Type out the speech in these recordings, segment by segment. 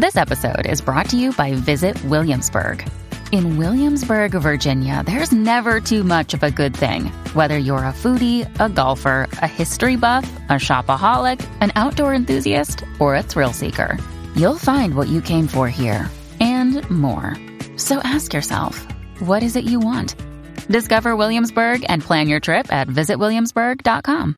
This episode is brought to you by Visit Williamsburg. In Williamsburg, Virginia, there's never too much of a good thing. Whether you're a foodie, a golfer, a history buff, a shopaholic, an outdoor enthusiast, or a thrill seeker, you'll find what you came for here and more. So ask yourself, what is it you want? Discover Williamsburg and plan your trip at visitwilliamsburg.com.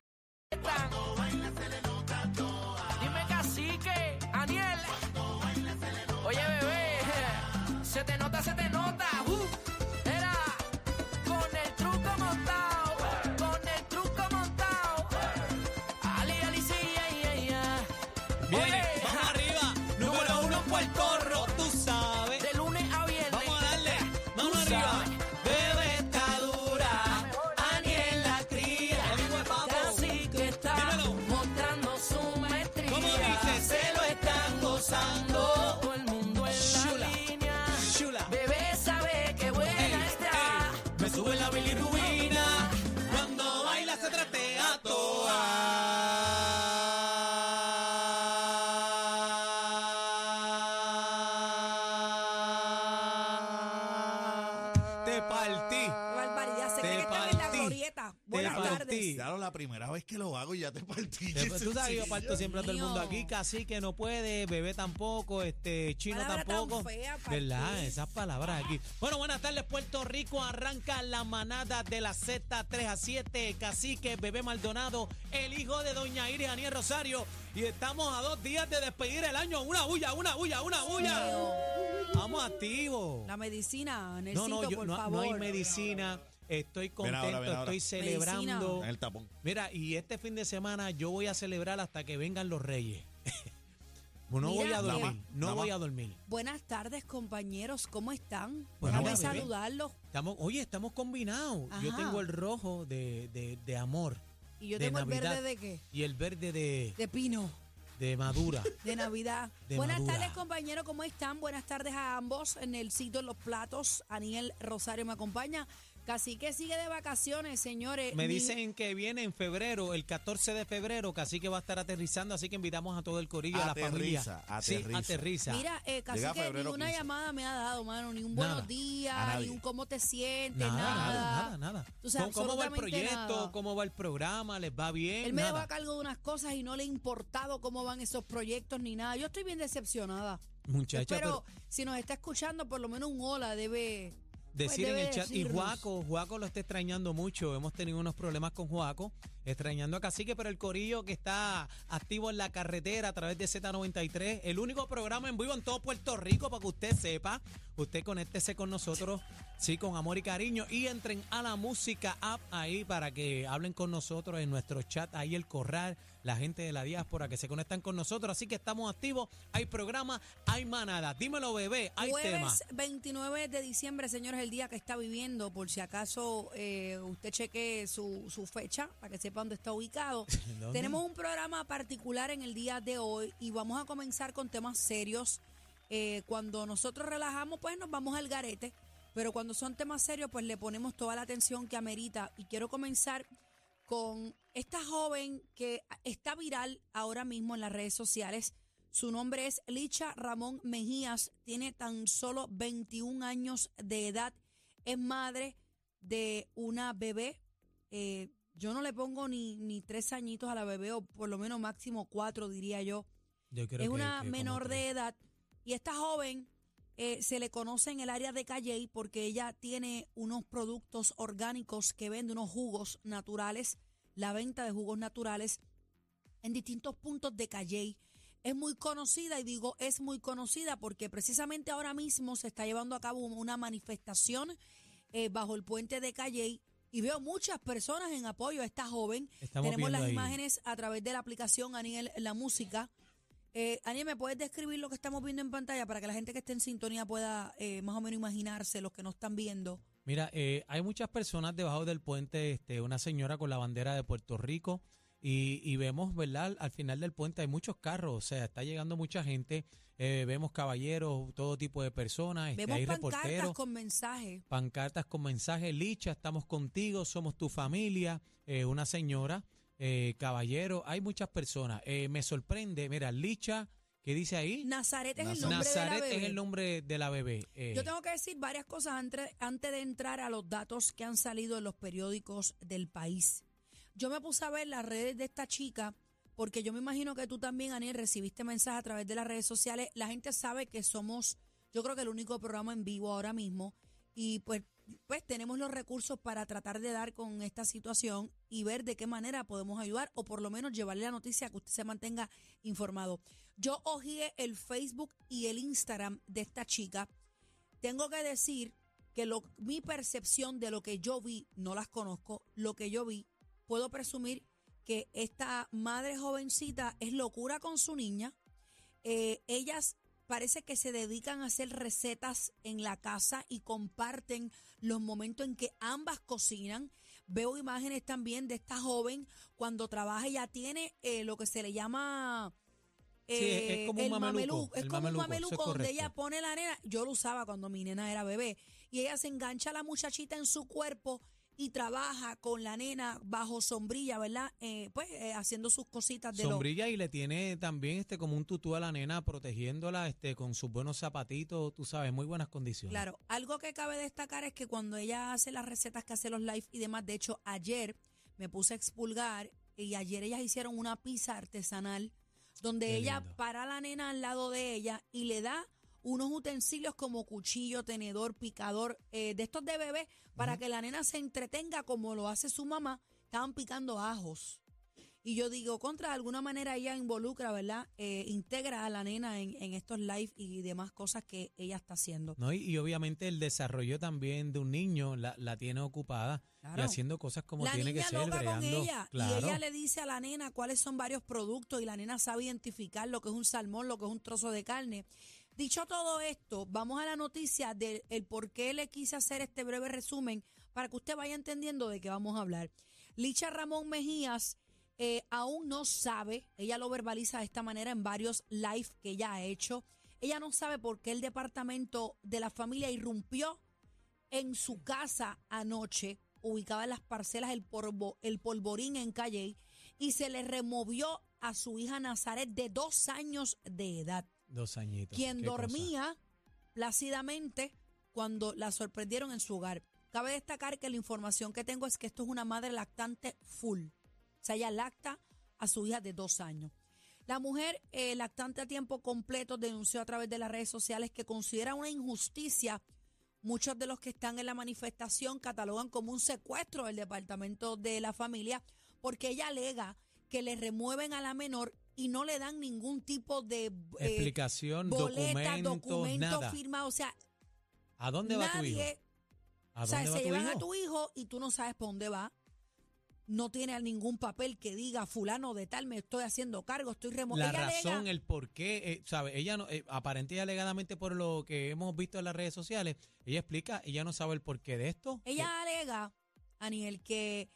Dime cacique, Aniel. Oye, bebé, se te nota, se te nota. Era con el truco montado, con el truco montado. Ali, sí, Viene, Oye, vamos arriba, número 1 Puerto Rico, tú sabes. de lunes a viernes. Vamos a darle, vamos Tú arriba. sabes. Bebé está dura, Aniel la cría. Amigo de papo. Cacique está Dímelo. mostrando su maestría. ¿Cómo dice? Se lo están gozando. Todo el mundo en Chula, la línea. chula. Bebé sabe que buena está. Me sube la bilirrubina, cuando baila se tratea toa. Te partí. Qué barbaridad. Se Te cree que están en la partí. glorieta. Buenas partí. tardes. Claro, la primera vez que lo hago y ya te partí. Tú sabes que yo parto siempre a todo el mundo mío. aquí, Cacique no puede, Bebé tampoco, Chino Palabra tan tampoco. fea, ¿para ¿Verdad? qué? Esas palabras aquí. Bueno, buenas tardes, Puerto Rico. Arranca la manada de la Z 3 a 7. Cacique, Bebé Maldonado, el hijo de Doña Iris, Aniel Rosario. Y estamos a 2 días de despedir el año. Una bulla, una bulla, una bulla. Vamos activos. La medicina, No, Nelsito, no, por no favor. hay medicina. Estoy Ven ahora, contento, ven ahora. estoy celebrando. En el tapón. Mira, y este fin de semana yo voy a celebrar hasta que vengan los reyes. No Mira, voy a dormir, nada no más. voy a dormir. Buenas tardes, compañeros. ¿Cómo están? Bueno, Déjame mira, bebé. saludarlos. Estamos combinados. Yo Ajá. tengo el rojo de amor Y yo de tengo Navidad. el verde de qué? y el verde De pino, de madura. de Navidad. De Buenas madura. tardes, compañeros. ¿Cómo están? Buenas tardes a ambos. En el sitio en los platos, Aniel Rosario me acompaña. Cacique sigue de vacaciones, señores. Me Mi- dicen que viene en febrero, el 14 de febrero, Cacique va a estar aterrizando, así que invitamos a todo el corillo, a la familia. Aterriza, Sí, aterriza. aterriza. Mira, Cacique, febrero ni una 15. llamada me ha dado, mano, ni un Nada. buenos días, A ni nadie. un cómo te sientes, Nada. Tú sabes, ¿Cómo va el absolutamente proyecto? nada. ¿Cómo va el programa? ¿Les va bien? Él me dejó Nada. a cargo de unas cosas y no le ha importado cómo van esos proyectos ni nada. Yo estoy bien decepcionada. Muchacha, Pero si nos está escuchando, por lo menos un hola debe decir en debe el chat, y decirnos. Juaco lo está extrañando mucho, hemos tenido unos problemas con Juaco, extrañando a Cacique, pero el corillo que está activo en la carretera a través de Z93, el único programa en vivo en todo Puerto Rico, para que usted sepa, usted conéctese con nosotros, sí, con amor y cariño, y entren a la música app ahí para que hablen con nosotros en nuestro chat, ahí el corral, la gente de la diáspora que se conectan con nosotros, así que estamos activos, hay programa, hay manada, dímelo bebé, hay tema. Jueves 29 de diciembre, señores, el día que está viviendo, por si acaso usted cheque su fecha, para que sepa dónde está ubicado. ¿Dónde? Tenemos un programa particular en el día de hoy y vamos a comenzar con temas serios. Cuando nosotros relajamos, pues nos vamos al garete, pero cuando son temas serios, pues le ponemos toda la atención que amerita. Y quiero comenzar con esta joven que está viral ahora mismo en las redes sociales. Su nombre es Licha Ramón Mejías, tiene tan solo 21 años de edad, es madre de una bebé. Yo no le pongo ni 3 añitos a la bebé, o por lo menos máximo 4, diría yo. Yo creo Es que una como menor tres. de edad y esta joven se le conoce en el área de Calley porque ella tiene unos productos orgánicos que vende, unos jugos naturales, la venta de jugos naturales en distintos puntos de Calley. Es muy conocida, y digo es muy conocida porque precisamente ahora mismo se está llevando a cabo una manifestación bajo el puente de Calley y veo muchas personas en apoyo a esta joven. Estamos Tenemos viendo las ahí. imágenes a través de la aplicación Aniel La Música. Aniel, ¿me puedes describir lo que estamos viendo en pantalla para que la gente que esté en sintonía pueda más o menos imaginarse, los que no están viendo? Mira, hay muchas personas debajo del puente, una señora con la bandera de Puerto Rico y vemos, ¿verdad? Al final del puente hay muchos carros, o sea, está llegando mucha gente, vemos caballeros, todo tipo de personas, Vemos hay pancartas reporteros, con mensajes. pancartas con mensajes, Licha, estamos contigo, somos tu familia, una señora, caballero, hay muchas personas. Me sorprende, mira, Licha ¿Qué dice ahí? Nazaret es el nombre de la Nazaret bebé. es el nombre de la bebé. Yo tengo que decir varias cosas antes de entrar a los datos que han salido en los periódicos del país. Yo me puse a ver las redes de esta chica, porque yo me imagino que tú también, Aniel, recibiste mensajes a través de las redes sociales. La gente sabe que somos, yo creo que el único programa en vivo ahora mismo, y pues tenemos los recursos para tratar de dar con esta situación y ver de qué manera podemos ayudar, o por lo menos llevarle la noticia que usted se mantenga informado. Yo hojeé el Facebook y el Instagram de esta chica. Tengo que decir que mi percepción de lo que yo vi, no las conozco, lo que yo vi, puedo presumir que esta madre jovencita es locura con su niña. Ellas parece que se dedican a hacer recetas en la casa y comparten los momentos en que ambas cocinan. Veo imágenes también de esta joven cuando trabaja. Ella tiene lo que se le llama es como un mameluco. Es El como un mameluco, eso mameluco es donde correcto. ella pone la nena. Yo lo usaba cuando mi nena era bebé. Y ella se engancha a la muchachita en su cuerpo y trabaja con la nena bajo sombrilla, ¿verdad? Haciendo sus cositas de Sombrilla, y le tiene también como un tutú a la nena, protegiéndola con sus buenos zapatitos, tú sabes, muy buenas condiciones. Claro, algo que cabe destacar es que cuando ella hace las recetas, que hace los live y demás, de hecho ayer me puse a expulgar y ayer ellas hicieron una pizza artesanal donde Qué ella lindo. para a la nena al lado de ella y le da unos utensilios como cuchillo, tenedor, picador, de estos de bebé, para que la nena se entretenga como lo hace su mamá. Estaban picando ajos. Y yo digo, de alguna manera ella involucra, ¿verdad? Integra a la nena en estos live y demás cosas que ella está haciendo. ¿No? Y obviamente el desarrollo también de un niño la tiene ocupada Claro. y haciendo cosas como La tiene que niña ser, loca con bregando. ella Claro. y ella le dice a la nena cuáles son varios productos y la nena sabe identificar lo que es un salmón, lo que es un trozo de carne. Dicho todo esto, vamos a la noticia del por qué le quise hacer este breve resumen para que usted vaya entendiendo de qué vamos a hablar. Licha Ramón Mejías aún no sabe, ella lo verbaliza de esta manera en varios live que ella ha hecho. Ella no sabe por qué el departamento de la familia irrumpió en su casa anoche, ubicada en las parcelas El Polvorín en Calley, y se le removió a su hija Nazaret de 2 años de edad, 2 añitos. quien qué cosa. dormía plácidamente cuando la sorprendieron en su hogar. Cabe destacar que la información que tengo es que esto es una madre lactante full. O sea, ella lacta a su hija de 2 años. La mujer lactante a tiempo completo denunció a través de las redes sociales que considera una injusticia. Muchos de los que están en la manifestación catalogan como un secuestro del departamento de la familia, porque ella alega que le remueven a la menor y no le dan ningún tipo de Explicación, boleta, documento, nada. firmado. O sea, ¿A dónde va tu hijo? nadie, ¿A o sea, dónde va se tu llevan a hijo? tu hijo y tú no sabes para dónde va. No tiene ningún papel que diga fulano de tal, me estoy haciendo cargo, estoy La Ella razón, alega- el por qué, ¿sabe? Ella no, aparente y alegadamente por lo que hemos visto en las redes sociales, ella explica, ella no sabe el porqué de esto. Ella alega, Aniel, que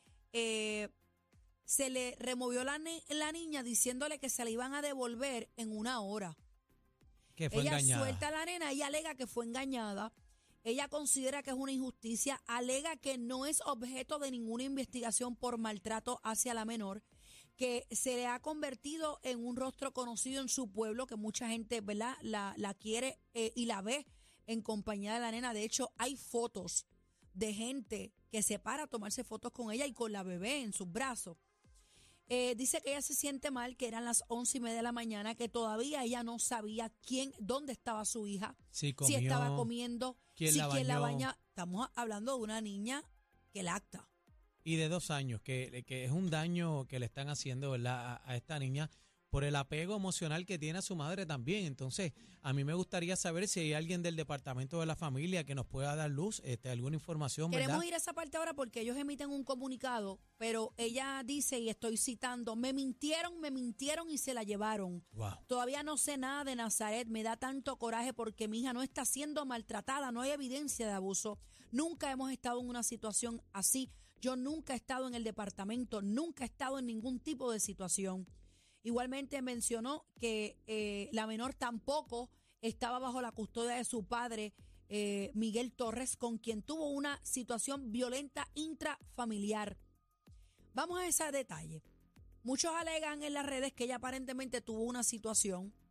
se le removió la niña diciéndole que se la iban a devolver en 1 hora. Que fue Ella engañada. suelta a la nena, ella alega que fue engañada. Ella considera que es una injusticia, alega que no es objeto de ninguna investigación por maltrato hacia la menor, que se le ha convertido en un rostro conocido en su pueblo, que mucha gente, ¿verdad?, la quiere y la ve en compañía de la nena. De hecho, hay fotos de gente que se para a tomarse fotos con ella y con la bebé en sus brazos. Dice que ella se siente mal, que eran las 11:30 de la mañana, que todavía ella no sabía dónde estaba su hija, Sí, si comió, estaba comiendo, quién si la quién la bañó. baña. Estamos hablando de una niña que lacta. Y de 2 años, que es un daño que le están haciendo, ¿verdad?, a esta niña por el apego emocional que tiene a su madre también. Entonces, a mí me gustaría saber si hay alguien del departamento de la familia que nos pueda dar luz, alguna información, ¿verdad? Queremos ir a esa parte ahora porque ellos emiten un comunicado, pero ella dice, y estoy citando, me mintieron y se la llevaron. Wow. Todavía no sé nada de Nazaret, me da tanto coraje porque mi hija no está siendo maltratada, no hay evidencia de abuso. Nunca hemos estado en una situación así. Yo nunca he estado en el departamento, nunca he estado en ningún tipo de situación. Igualmente mencionó que la menor tampoco estaba bajo la custodia de su padre, Miguel Torres, con quien tuvo una situación violenta intrafamiliar. Vamos a ese detalle. Muchos alegan en las redes que ella aparentemente tuvo una situación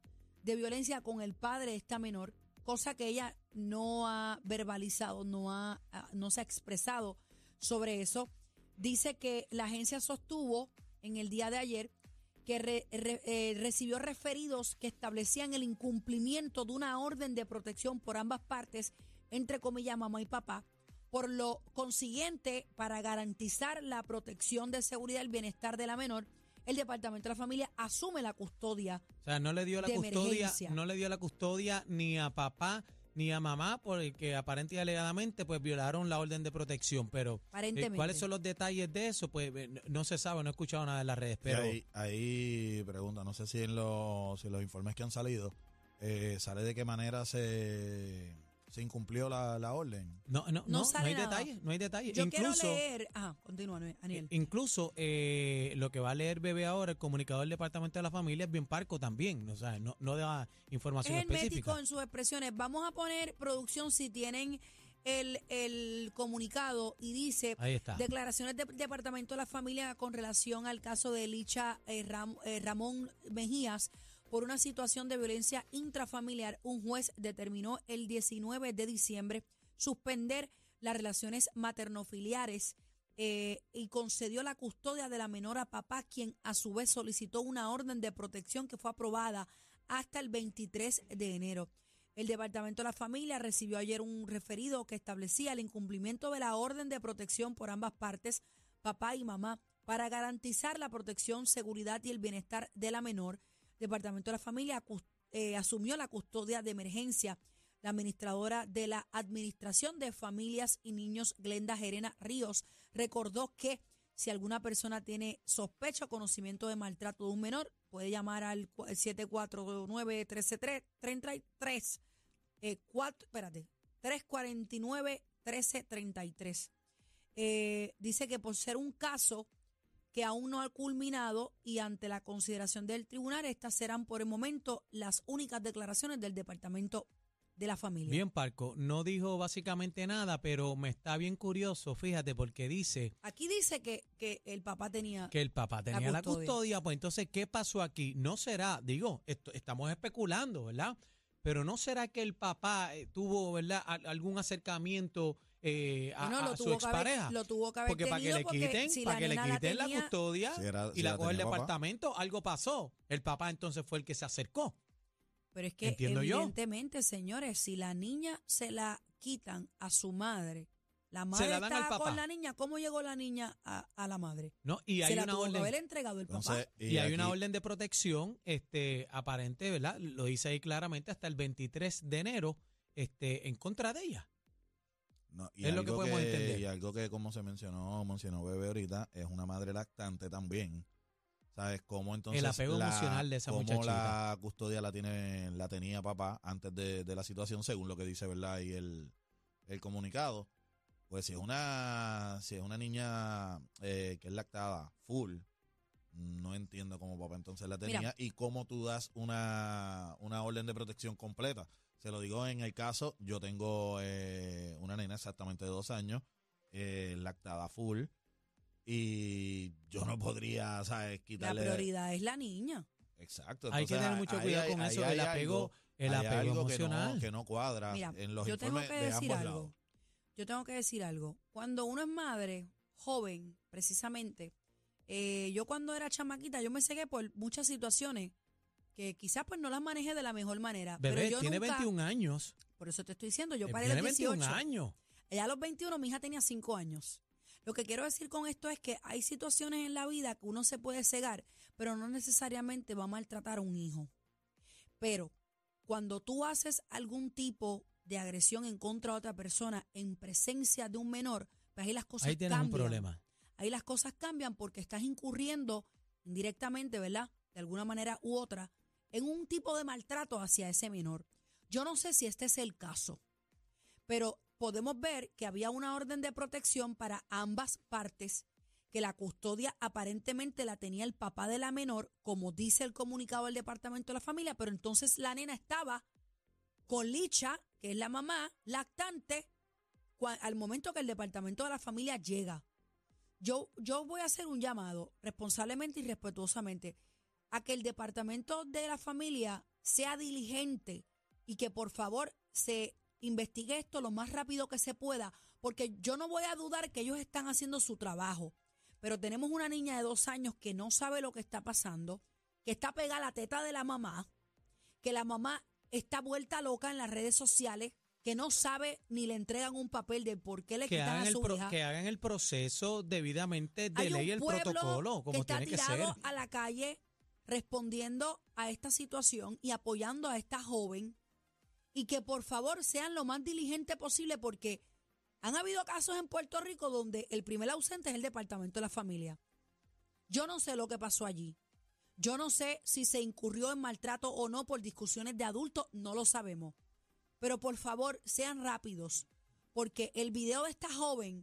de violencia con el padre de esta menor, cosa que ella no ha verbalizado, no se ha expresado sobre eso. Dice que la agencia sostuvo en el día de ayer que recibió referidos que establecían el incumplimiento de una orden de protección por ambas partes, entre comillas, mamá y papá. Por lo consiguiente, para garantizar la protección de seguridad y el bienestar de la menor, el Departamento de la Familia asume la custodia. O sea, no le dio la de custodia, emergencia. no le dio la custodia ni a papá ni a mamá, porque aparente y alegadamente pues violaron la orden de protección, pero Aparentemente. ¿cuáles son los detalles de eso? Pues no se sabe, no he escuchado nada en las redes, pero Ahí pregunta, no sé si en los informes que han salido, sale de qué manera se incumplió la orden. no sale hay nada. detalles, no hay detalles. Yo Incluso, quiero leer. Continúa, Aniel. Incluso lo que va a leer Bebé ahora, el comunicador del Departamento de la Familia, es bien parco también, o sea, no da información Es hermético específica. en sus expresiones. Vamos a poner, producción, si tienen el comunicado, y dice: Ahí está. declaraciones del Departamento de la Familia con relación al caso de Licha Ramón Mejías por una situación de violencia intrafamiliar. Un juez determinó el 19 de diciembre suspender las relaciones maternofiliares y concedió la custodia de la menor a papá, quien a su vez solicitó una orden de protección que fue aprobada hasta el 23 de enero. El Departamento de la Familia recibió ayer un referido que establecía el incumplimiento de la orden de protección por ambas partes, papá y mamá, para garantizar la protección, seguridad y el bienestar de la menor. El Departamento de la Familia asumió la custodia de emergencia. La administradora de la Administración de Familias y Niños, Glenda Gerena Ríos, recordó que si alguna persona tiene sospecha o conocimiento de maltrato de un menor, puede llamar al 749-1333, 349-1333. Dice que por ser un caso que aún no ha culminado y ante la consideración del tribunal, estas serán por el momento las únicas declaraciones del Departamento de la Familia. Bien parco, no dijo básicamente nada, pero me está bien curioso, fíjate, porque dice Aquí dice que el papá tenía... que el papá tenía la custodia. custodia, pues entonces, ¿qué pasó aquí? No será, digo, estamos especulando, ¿verdad? Pero no será que el papá tuvo, ¿verdad?, algún acercamiento a su expareja. Lo tuvo que haber Porque para que tenido, le porque quiten, si para que le nena la quiten la tenía- custodia Si y la coge el tenía papá. departamento, algo pasó. El papá entonces fue el que se acercó. Pero es que Entiendo yo. evidentemente, señores, si la niña se la quitan a su madre, la madre la dan al estaba papá. con la niña, ¿cómo llegó la niña a la madre? ¿No? Y Se hay la una tuvo que orden. haber entregado el papá. Entonces, Y hay una aquí- orden de protección aparente, ¿verdad? Lo dice ahí claramente hasta el 23 de enero en contra de ella. No, y Es lo que algo podemos entender. Y algo que, como mencionó Bebé ahorita, es una madre lactante también. ¿Sabes cómo entonces El apego emocional de esa cómo muchachita. la custodia la tenía papá antes de la situación, según lo que dice, ¿verdad? Y el comunicado. Pues si es una niña que es lactada full, no entiendo cómo papá entonces la tenía. Mira. Y cómo tú das una orden de protección completa. Se lo digo en el caso, yo tengo una nena exactamente de 2 años, lactada full, y yo no podría, ¿sabes?, La quitarle. prioridad es la niña. Exacto. Hay que entonces, tener mucho ahí cuidado hay- con ahí eso, hay el apego algo emocional. que no cuadra Mira, en los yo tengo informes que de decir ambos algo. lados. Yo tengo que decir algo. Cuando uno es madre, joven, precisamente, yo cuando era chamaquita, yo me cegué por muchas situaciones que quizás pues no las manejé de la mejor manera. Bebé, pero yo tiene nunca, 21 años. por eso te estoy diciendo, yo paré a Tiene los 18. 21 años. Ya a los 21 mi hija tenía 5 años. Lo que quiero decir con esto es que hay situaciones en la vida que uno se puede cegar, pero no necesariamente va a maltratar a un hijo. Pero cuando tú haces algún tipo de agresión en contra de otra persona en presencia de un menor, pues ahí las cosas Ahí tienes cambian. un problema. Ahí las cosas cambian porque estás incurriendo indirectamente, ¿verdad?, de alguna manera u otra, en un tipo de maltrato hacia ese menor. Yo no sé si este es el caso, pero podemos ver que había una orden de protección para ambas partes, que la custodia aparentemente la tenía el papá de la menor, como dice el comunicado del Departamento de la Familia, pero entonces la nena estaba con Licha, que es la mamá, lactante, al momento que el Departamento de la Familia llega. Yo voy a hacer un llamado responsablemente y respetuosamente a que el Departamento de la Familia sea diligente y que por favor se investigue esto lo más rápido que se pueda, porque yo no voy a dudar que ellos están haciendo su trabajo, pero tenemos una niña de 2 años que no sabe lo que está pasando, que está pegada a la teta de la mamá, que la mamá está vuelta loca en las redes sociales, que no sabe ni le entregan un papel de por qué le quitan a su hija. Que hagan el proceso debidamente de Hay ley, un el pueblo protocolo, como que está tiene que ser. tirado a la calle respondiendo a esta situación y apoyando a esta joven, y que por favor sean lo más diligente posible, porque han habido casos en Puerto Rico donde el primer ausente es el Departamento de la Familia. Yo no sé lo que pasó allí. Yo no sé si se incurrió en maltrato o no por discusiones de adultos, no lo sabemos. Pero por favor, sean rápidos, porque el video de esta joven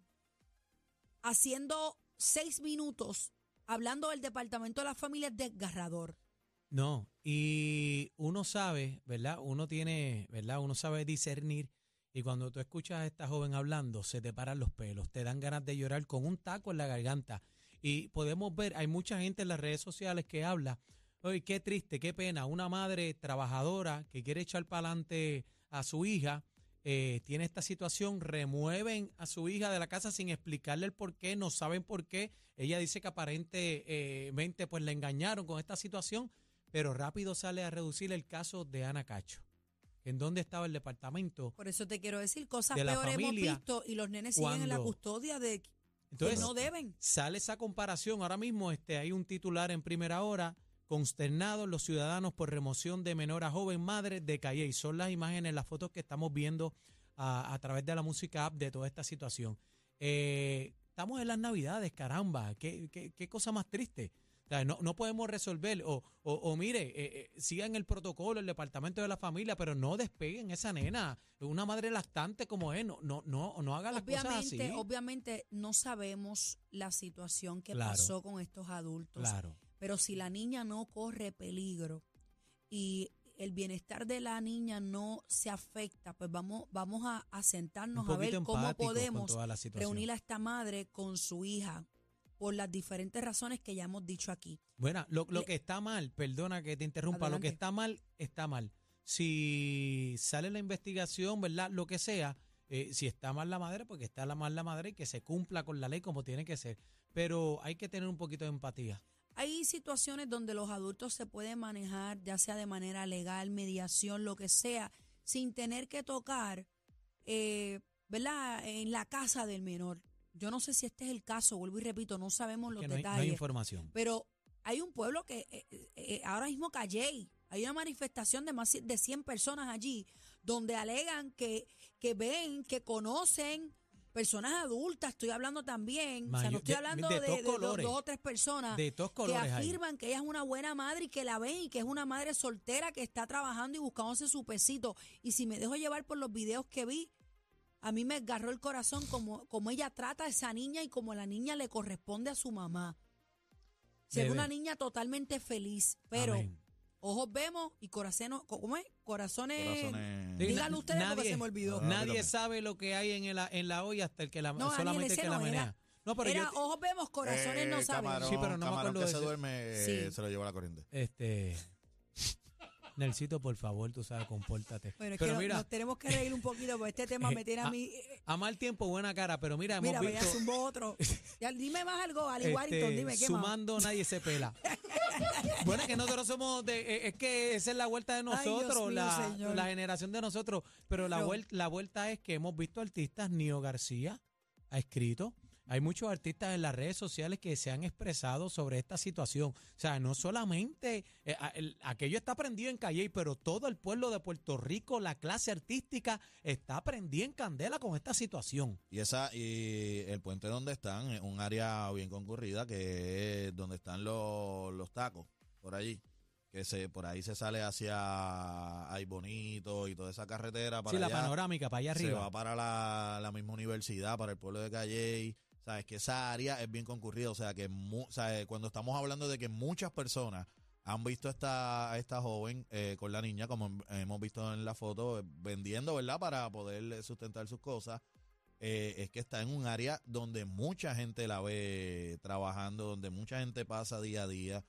haciendo 6 minutos hablando del Departamento de la Familia es desgarrador. No, y uno sabe, ¿verdad? Uno tiene, ¿verdad? Uno sabe discernir, y cuando tú escuchas a esta joven hablando, se te paran los pelos, te dan ganas de llorar con un taco en la garganta. Y podemos ver, hay mucha gente en las redes sociales que habla, oye, qué triste, qué pena, una madre trabajadora que quiere echar para adelante a su hija, tiene esta situación, remueven a su hija de la casa sin explicarle el por qué, no saben por qué. Ella dice que aparentemente pues la engañaron con esta situación, pero rápido sale a reducir el caso de Ana Cacho. ¿En dónde estaba el departamento? Por eso te quiero decir, cosas de la peores hemos familia, visto y los nenes siguen en la cuando- custodia de que Entonces, no deben. sale esa comparación. Ahora mismo hay un titular en Primera Hora: consternados los ciudadanos por remoción de menor a joven madre de Calle. Y son las imágenes, las fotos que estamos viendo a través de la música app de toda esta situación. Estamos en las Navidades, caramba, qué cosa más triste. O sea, no podemos resolver, mire, sigan el protocolo, el Departamento de la Familia, pero no despeguen esa nena, una madre lactante como es, no haga las cosas así. Obviamente no sabemos la situación que Claro. pasó con estos adultos, Claro. pero si la niña no corre peligro y el bienestar de la niña no se afecta, pues vamos a sentarnos Un a ver poquito cómo empáticos con podemos toda la situación. reunir a esta madre con su hija por las diferentes razones que ya hemos dicho aquí. Bueno, lo Le- que está mal, perdona que te interrumpa, lo que Adelante. está mal, está mal. Si sale la investigación, ¿verdad? Lo que sea, si está mal la madre, porque está mal la madre y que se cumpla con la ley como tiene que ser. Pero hay que tener un poquito de empatía. Hay situaciones donde los adultos se pueden manejar, ya sea de manera legal, mediación, lo que sea, sin tener que tocar, ¿verdad?, en la casa del menor. Yo no sé si este es el caso, vuelvo y repito, no sabemos los Que no hay detalles. información. Pero hay un pueblo que ahora mismo Calley, hay una manifestación de más de 100 personas allí, donde alegan que ven, que conocen personas adultas, estoy hablando también, o sea, no estoy hablando de de, todos de colores. 2 o 3 personas De todos que colores ahí. afirman que ella es una buena madre y que la ven y que es una madre soltera que está trabajando y buscándose su pesito. Y si me dejo llevar por los videos que vi, a mí me agarró el corazón como ella trata a esa niña y como la niña le corresponde a su mamá. Se ve Bebé. una niña totalmente feliz, pero Amén. ojos vemos y corazones, ¿cómo es? Corazones. Corazones. Sí, Díganlo ustedes porque se me olvidó. No, Nadie también. sabe lo que hay en la olla hasta el que la No, Daniel, solamente el ese que la no era. menea. No, pero Era yo ojos vemos, corazones no sabemos. Camarón, Sí, pero no me camarón acuerdo que de se ese. duerme, Sí. se lo lleva la corriente. Nelsito, por favor, tú sabes, compórtate. Bueno, es Pero que mira, nos tenemos que reír un poquito porque este tema me tiene a mí. a mal tiempo, buena cara, pero mira, Mira, hemos ya visto zumbó otro. Ya, dime más algo, Ali Warrington, dime qué más. sumando nadie se pela. Bueno, es que nosotros somos es que esa es la vuelta de Ay, Dios nosotros, mío, señor. la generación de nosotros, pero No. la vuelta es que hemos visto artistas. Nio García ha escrito, hay muchos artistas en las redes sociales que se han expresado sobre esta situación. O sea, no solamente aquello está prendido en Calle, pero todo el pueblo de Puerto Rico, la clase artística, está prendida en candela con esta situación. Y el puente donde están es un área bien concurrida, que es donde están los tacos, por allí. Por ahí se sale hacia Ay Bonito y toda esa carretera para Sí, la allá. panorámica para allá Se arriba. va para la misma universidad, para el pueblo de Calley. Sabes que esa área es bien concurrida. O sea, que cuando estamos hablando de que muchas personas han visto a esta joven con la niña, como hemos visto en la foto, vendiendo, ¿verdad? Para poder sustentar sus cosas. Es que está en un área donde mucha gente la ve trabajando, donde mucha gente pasa día a día,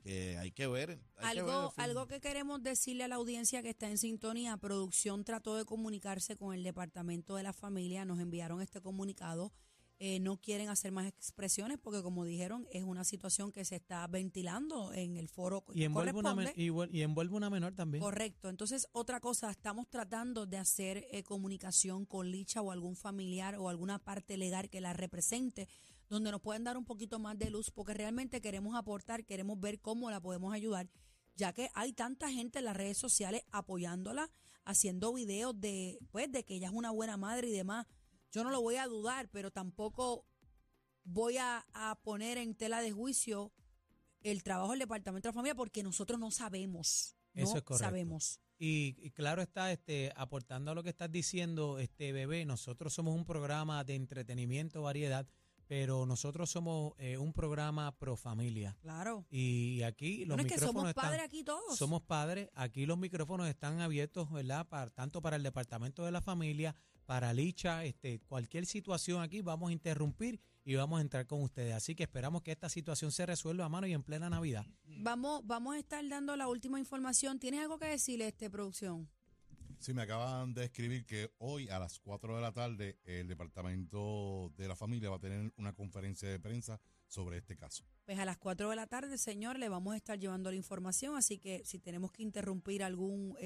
que hay que ver. Hay que ver el film. Algo que queremos decirle a la audiencia que está en sintonía, producción trató de comunicarse con el Departamento de la Familia, nos enviaron este comunicado, no quieren hacer más expresiones porque como dijeron es una situación que se está ventilando en el foro Y envuelve, corresponde. y envuelve una menor también. Correcto, entonces otra cosa, estamos tratando de hacer comunicación con Licha o algún familiar o alguna parte legal que la represente, donde nos puedan dar un poquito más de luz, porque realmente queremos aportar, queremos ver cómo la podemos ayudar, ya que hay tanta gente en las redes sociales apoyándola, haciendo videos de que ella es una buena madre y demás. Yo no lo voy a dudar, pero tampoco voy a poner en tela de juicio el trabajo del Departamento de la Familia porque nosotros no sabemos. Eso No es correcto. sabemos. Y claro está, aportando a lo que estás diciendo, bebé, nosotros somos un programa de entretenimiento, variedad, pero nosotros somos un programa pro familia. Claro. Y aquí los Bueno, es que micrófonos somos padres están, aquí todos. somos padres, aquí los micrófonos están abiertos, ¿verdad? Tanto para el Departamento de la Familia, para Licha, cualquier situación aquí vamos a interrumpir y vamos a entrar con ustedes. Así que esperamos que esta situación se resuelva a mano y en plena Navidad. Vamos a estar dando la última información. ¿Tienes algo que decirle, producción? Sí, me acaban de escribir que hoy a las 4 de la tarde el Departamento de la Familia va a tener una conferencia de prensa sobre este caso. Pues a las 4 de la tarde, señor, le vamos a estar llevando la información, así que si tenemos que interrumpir algún,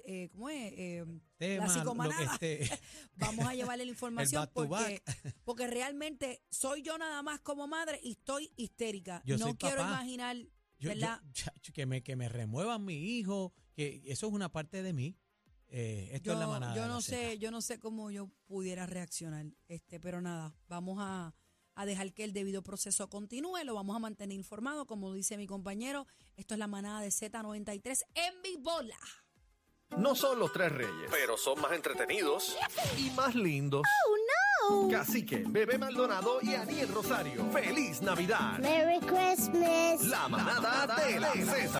Tema, clásico lo que manada, vamos a llevarle la información back to porque realmente soy yo nada más como madre y estoy histérica. Yo no soy quiero papá. imaginar, ¿verdad? Que me remuevan mi hijo, que eso es una parte de mí. Esto es la manada. Yo de no la sé, Z. yo no sé cómo yo pudiera reaccionar, pero nada, vamos a dejar que el debido proceso continúe, lo vamos a mantener informado, como dice mi compañero, esto es la manada de Z93 en Vivola. No son los tres reyes, pero son más entretenidos y más lindos. Cacique, Bebé Maldonado y Aniel Rosario. ¡Feliz Navidad! Merry Christmas. La manada de la Z.